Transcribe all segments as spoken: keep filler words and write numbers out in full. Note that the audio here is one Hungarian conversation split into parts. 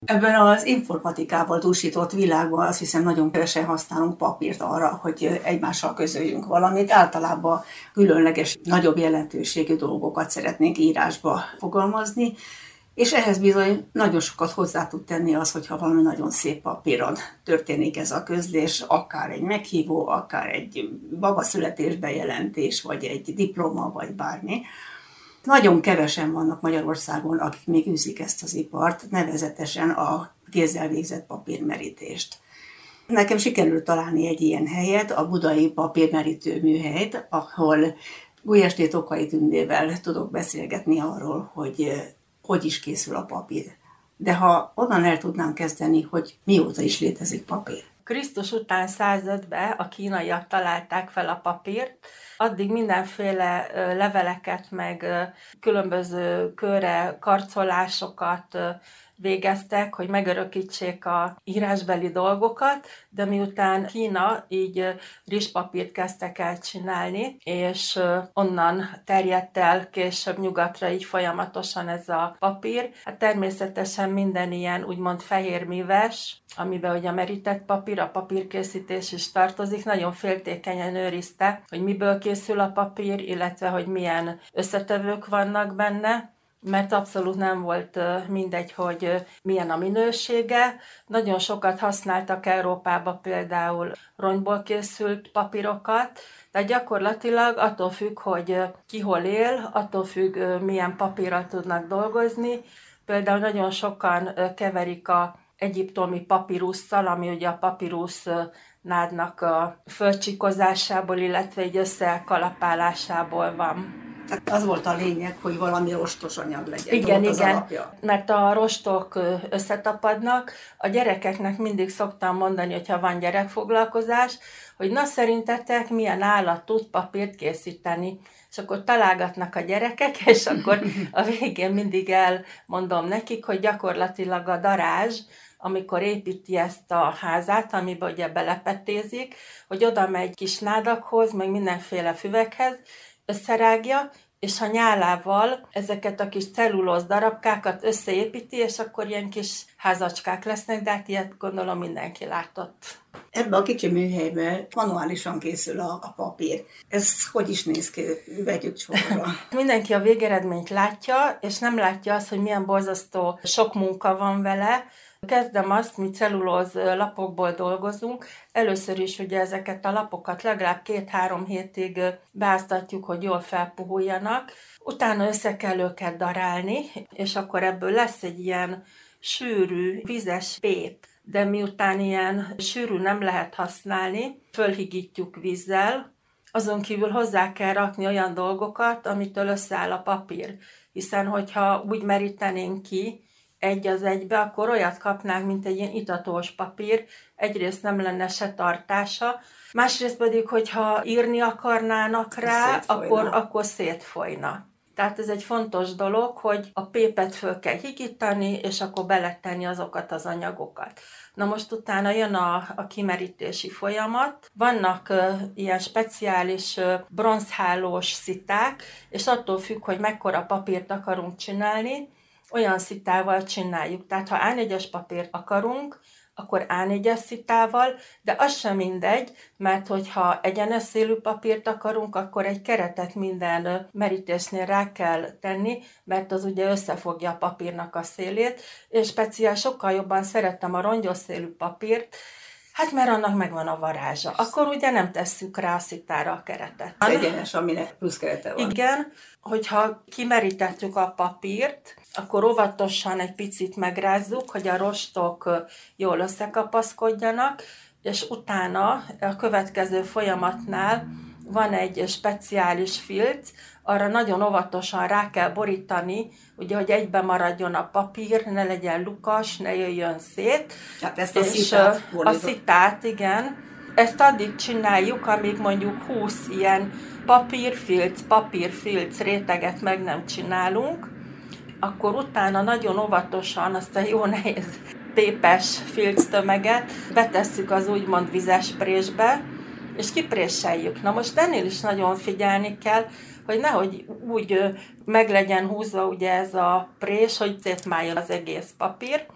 Ebben az informatikával dúsított világban azt hiszem nagyon kevesen használunk papírt arra, hogy egymással közöljünk valamit. Általában különleges, nagyobb jelentőségű dolgokat szeretnénk írásba fogalmazni, és ehhez bizony nagyon sokat hozzá tud tenni az, hogyha valami nagyon szép papíron történik ez a közlés, akár egy meghívó, akár egy babaszületésbejelentés, vagy egy diploma, vagy bármi. Nagyon kevesen vannak Magyarországon, akik még űzik ezt az ipart, nevezetesen a kézzel végzett papírmerítést. Nekem sikerült találni egy ilyen helyet, a budai papírmerítő műhelyt, ahol Gulyásné Tokai Tündével tudok beszélgetni arról, hogy hogy is készül a papír. De ha onnan el tudnám kezdeni, hogy mióta is létezik papír. Krisztus után százötben a kínaiak találták fel a papírt, addig mindenféle leveleket, meg különböző körre karcolásokat végeztek, hogy megörökítsék a írásbeli dolgokat, de miután Kína így rizspapírt kezdtek el csinálni, és onnan terjedt el később nyugatra így folyamatosan ez a papír. Hát természetesen minden ilyen úgymond fehérműves, amiben ugye a merített papír, a papírkészítés is tartozik, nagyon féltékenyen őrizte, hogy miből készül a papír, illetve hogy milyen összetevők vannak benne, mert abszolút nem volt mindegy, hogy milyen a minősége. Nagyon sokat használtak Európába például rongyból készült papírokat, tehát gyakorlatilag attól függ, hogy ki hol él, attól függ, milyen papírral tudnak dolgozni. Például nagyon sokan keverik a egyiptomi papirusszal, ami ugye a papirusz nádnak a földcsikozásából, illetve egy összekalapálásából van. Tehát az volt a lényeg, hogy valami rostos anyag legyen. Igen, volt az igen, alapja. Mert a rostok összetapadnak. A gyerekeknek mindig szoktam mondani, hogyha van gyerekfoglalkozás, hogy na szerintetek milyen állat tud papírt készíteni. És akkor találgatnak a gyerekek, és akkor a végén mindig elmondom nekik, hogy gyakorlatilag a darázs, amikor építi ezt a házát, amiben ugye belepetézik, hogy oda megy kis nádakhoz, meg mindenféle füvekhez, összerágja, és a nyálával ezeket a kis cellulóz darabkákat összeépíti, és akkor ilyen kis házacskák lesznek, de hát ilyet gondolom mindenki látott. Ebben a kicsi műhelyben manuálisan készül a, a papír. Ez hogy is néz ki? Vegyük sorra. Mindenki a végeredményt látja, és nem látja azt, hogy milyen borzasztó sok munka van vele. Kezdem azt, mi cellulóz lapokból dolgozunk. Először is ugye ezeket a lapokat legalább két-három hétig beáztatjuk, hogy jól felpuhuljanak. Utána össze kell őket darálni, és akkor ebből lesz egy ilyen sűrű, vizes pép. De miután ilyen sűrű nem lehet használni, fölhigítjuk vízzel, azon kívül hozzá kell rakni olyan dolgokat, amitől összeáll a papír. Hiszen, hogyha úgy merítenénk ki, egy az egybe, akkor olyat kapnánk, mint egy ilyen itatós papír. Egyrészt nem lenne se tartása, másrészt pedig, hogyha írni akarnának rá, akkor, akkor szétfolyna. Tehát ez egy fontos dolog, hogy a pépet föl kell higítani, és akkor beletenni azokat az anyagokat. Na most utána jön a, a kimerítési folyamat. Vannak uh, ilyen speciális uh, bronzhálós sziták, és attól függ, hogy mekkora papírt akarunk csinálni, olyan szitával csináljuk. Tehát ha á négyes papírt akarunk, akkor á négyes szitával, de az sem mindegy, mert hogyha egyenes szélű papírt akarunk, akkor egy keretet minden merítésnél rá kell tenni, mert az ugye összefogja a papírnak a szélét, és speciál sokkal jobban szerettem a rongyos szélű papírt, hát mert annak megvan a varázsa. Akkor ugye nem tesszük rá a szitára a keretet. Az egyenes, aminek plusz kerete van. Igen, hogyha kimerítettük a papírt, akkor óvatosan egy picit megrázzuk, hogy a rostok jól összekapaszkodjanak, és utána a következő folyamatnál van egy speciális filc, arra nagyon óvatosan rá kell borítani, ugye, hogy egybe maradjon a papír, ne legyen lukas, ne jöjjön szét. Hát ezt a szitát A szitát, igen. Ezt addig csináljuk, amíg mondjuk húsz ilyen papírfilc, papírfilc réteget meg nem csinálunk, akkor utána nagyon óvatosan azt a jó nehéz pépes filctömeget betesszük az úgymond vizes présbe, és kipréseljük. Na most ennél is nagyon figyelni kell, hogy nehogy úgy meg legyen húzva ugye ez a prés, hogy szétmáljon az egész papír.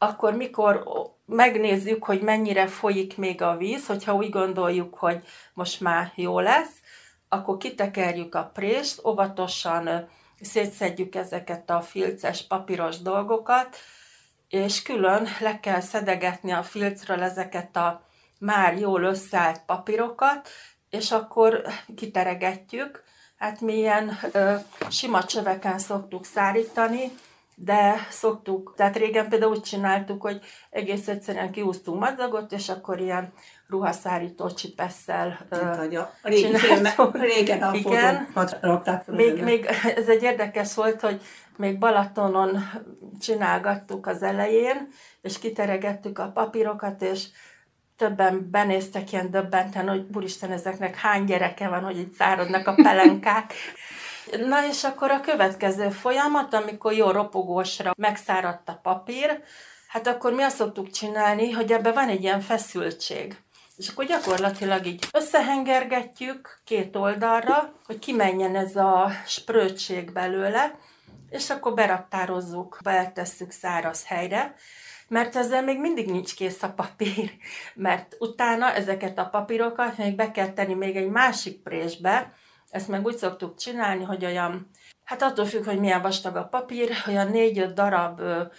akkor mikor megnézzük, hogy mennyire folyik még a víz, hogyha úgy gondoljuk, hogy most már jó lesz, akkor kitekerjük a prést, óvatosan szétszedjük ezeket a filces, papíros dolgokat, és külön le kell szedegetni a filcről ezeket a már jól összeállt papírokat, és akkor kiteregetjük. Hát mi ilyen ö, sima csöveken szoktuk szárítani, de szoktuk, tehát régen például úgy csináltuk, hogy egész egyszerűen kihúztunk madzagot, és akkor ilyen ruhaszárító csipesszel csináltuk. Régen a fotókat rakták fel. Még, még ez egy érdekes volt, hogy még Balatonon csinálgattuk az elején, és kiteregettük a papírokat, és többen benéztek ilyen döbbenten, hogy úristen, ezeknek hány gyereke van, hogy itt száradnak a pelenkák. Na és akkor a következő folyamat, amikor jó ropogósra megszáradt a papír, hát akkor mi azt szoktuk csinálni, hogy ebben van egy ilyen feszültség. És akkor gyakorlatilag így összehengergetjük két oldalra, hogy kimenjen ez a spröccség belőle, és akkor beraktározzuk, beeltesszük száraz helyre, mert ezzel még mindig nincs kész a papír, mert utána ezeket a papírokat még be kell tenni még egy másik présbe. Ezt meg úgy szoktuk csinálni, hogy olyan, hát attól függ, hogy milyen vastag a papír, olyan négy-öt darab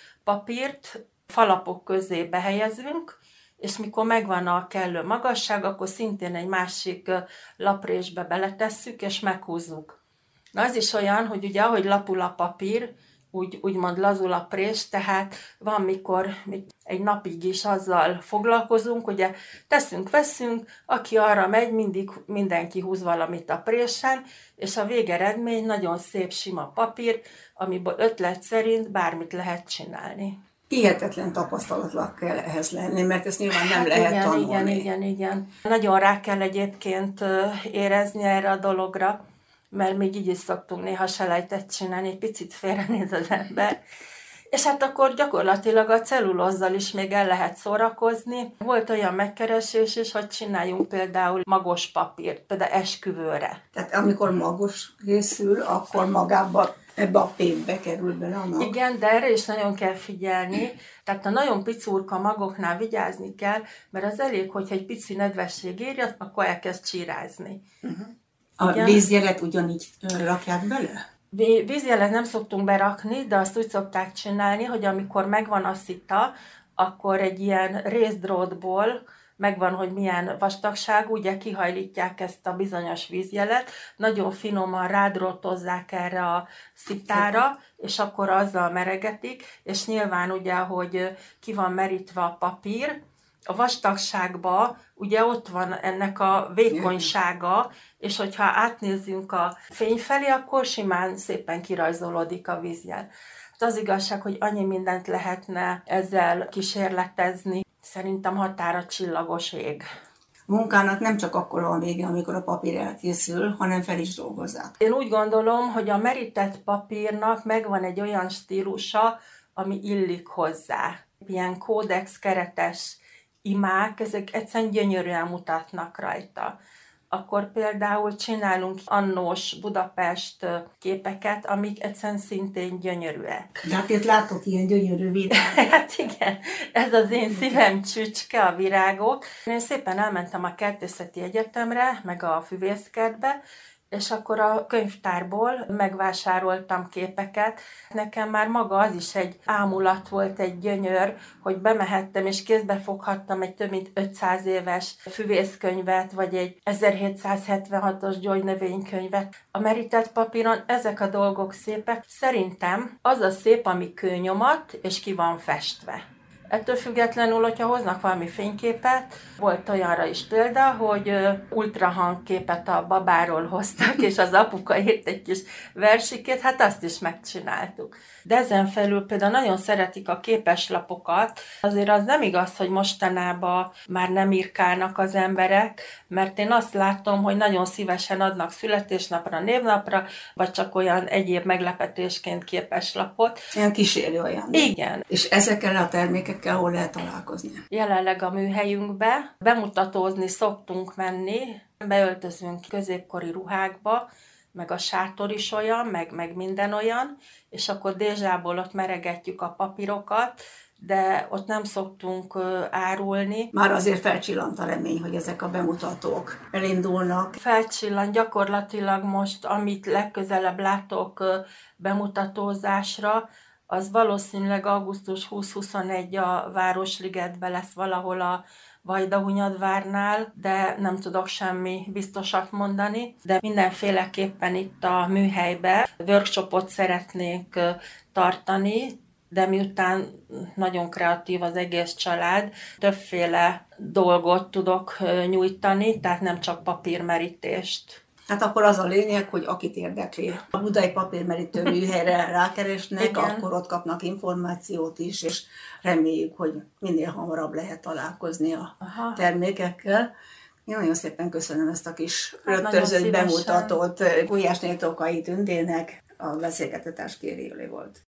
papírt falapok közé behelyezünk, és mikor megvan a kellő magasság, akkor szintén egy másik laprésbe beletesszük, és meghúzzuk. Na az is olyan, hogy ugye ahogy lapul a papír, úgy, úgymond lazul a prés, tehát van, mikor egy napig is azzal foglalkozunk, ugye teszünk, veszünk, aki arra megy, mindig mindenki húz valamit a présen, és a végeredmény nagyon szép, sima papír, amiből ötlet szerint bármit lehet csinálni. Hihetetlen tapasztalatnak kell ehhez lenni, mert ezt nyilván nem hát lehet igen, tanulni. Igen, igen, igen. Nagyon rá kell egyébként érezni erre a dologra, mert még így is szoktunk néha selejtet csinálni, egy picit félrenéz az ember. És hát akkor gyakorlatilag a cellulózzal is még el lehet szórakozni. Volt olyan megkeresés is, hogy csináljunk például magos papírt, például esküvőre. Tehát amikor magos készül, akkor magába ebbe a pénzbe kerül bele a mag. Igen, de erre is nagyon kell figyelni. Tehát a nagyon picurka magoknál vigyázni kell, mert az elég, hogyha egy pici nedvesség érje, akkor elkezd csírázni. Uh-huh. A igen? Vízjelet ugyanígy rakják bele? Vízjelet nem szoktunk berakni, de azt úgy szokták csinálni, hogy amikor megvan a szita, akkor egy ilyen részdrótból megvan, hogy milyen vastagság, ugye kihajlítják ezt a bizonyos vízjelet, nagyon finoman rádrótozzák erre a szitára, és akkor azzal meregetik, és nyilván ugye, hogy ki van merítve a papír, a vastagságban ugye ott van ennek a vékonysága, és hogyha átnézzünk a fény felé, akkor simán szépen kirajzolódik a vízjel. Hát az igazság, hogy annyi mindent lehetne ezzel kísérletezni, szerintem határa csillagos ég. A munkának nem csak akkor van vége, amikor a papír elkészül, hanem fel is dolgozzák. Én úgy gondolom, hogy a merített papírnak megvan egy olyan stílusa, ami illik hozzá. Ilyen kódex keretes imák, ezek egyszerűen gyönyörűen mutatnak rajta. Akkor például csinálunk annós Budapest képeket, amik egyszerűen szintén gyönyörűek. De hát itt látok ilyen gyönyörű virágok. Hát igen, ez az én szívem csücske, a virágok. Én szépen elmentem a Kertészeti Egyetemre, meg a Füvészkertbe, és akkor a könyvtárból megvásároltam képeket. Nekem már maga az is egy ámulat volt, egy gyönyör, hogy bemehettem és kézbe foghattam egy több mint ötszáz éves füvészkönyvet, vagy egy ezerhétszázhetvenhatos gyógynövénykönyvet. A merített papíron ezek a dolgok szépek. Szerintem az a szép, ami kőnyomat, és ki van festve. Ettől függetlenül, hogyha hoznak valami fényképet, volt olyanra is példa, hogy ultrahangképet a babáról hoztak, és az apuka írt egy kis versikét, hát azt is megcsináltuk. De ezen felül például nagyon szeretik a képeslapokat, azért az nem igaz, hogy mostanában már nem írkálnak az emberek, mert én azt látom, hogy nagyon szívesen adnak születésnapra, névnapra, vagy csak olyan egyéb meglepetésként képeslapot. Ilyen kísérő olyan. Igen. És ezekkel a termékekkel hol lehet találkozni? Jelenleg a műhelyünkbe bemutatózni szoktunk menni, beöltözünk középkori ruhákba, meg a sátor is olyan, meg, meg minden olyan, és akkor dézsából ott meregetjük a papírokat, de ott nem szoktunk árulni. Már azért felcsillant a remény, hogy ezek a bemutatók elindulnak. Felcsillant gyakorlatilag most, amit legközelebb látok bemutatózásra, az valószínűleg augusztus huszadika-huszonegyedike a Városligetben lesz valahol a Vajdahunyadvárnál, de nem tudok semmi biztosat mondani. De mindenféleképpen itt a műhelyben workshopot szeretnék tartani, de miután nagyon kreatív az egész család, többféle dolgot tudok nyújtani, tehát nem csak papírmerítést. Tehát akkor az a lényeg, hogy akit érdekli, a budai papírmerítő műhelyre rákeresnek, Igen. akkor ott kapnak információt is, és reméljük, hogy minél hamarabb lehet találkozni a Aha. termékekkel. Én nagyon szépen köszönöm ezt a kis rögtönzött bemutatót. Gulyásné Tokai Tündének a beszélgetés kérélő volt.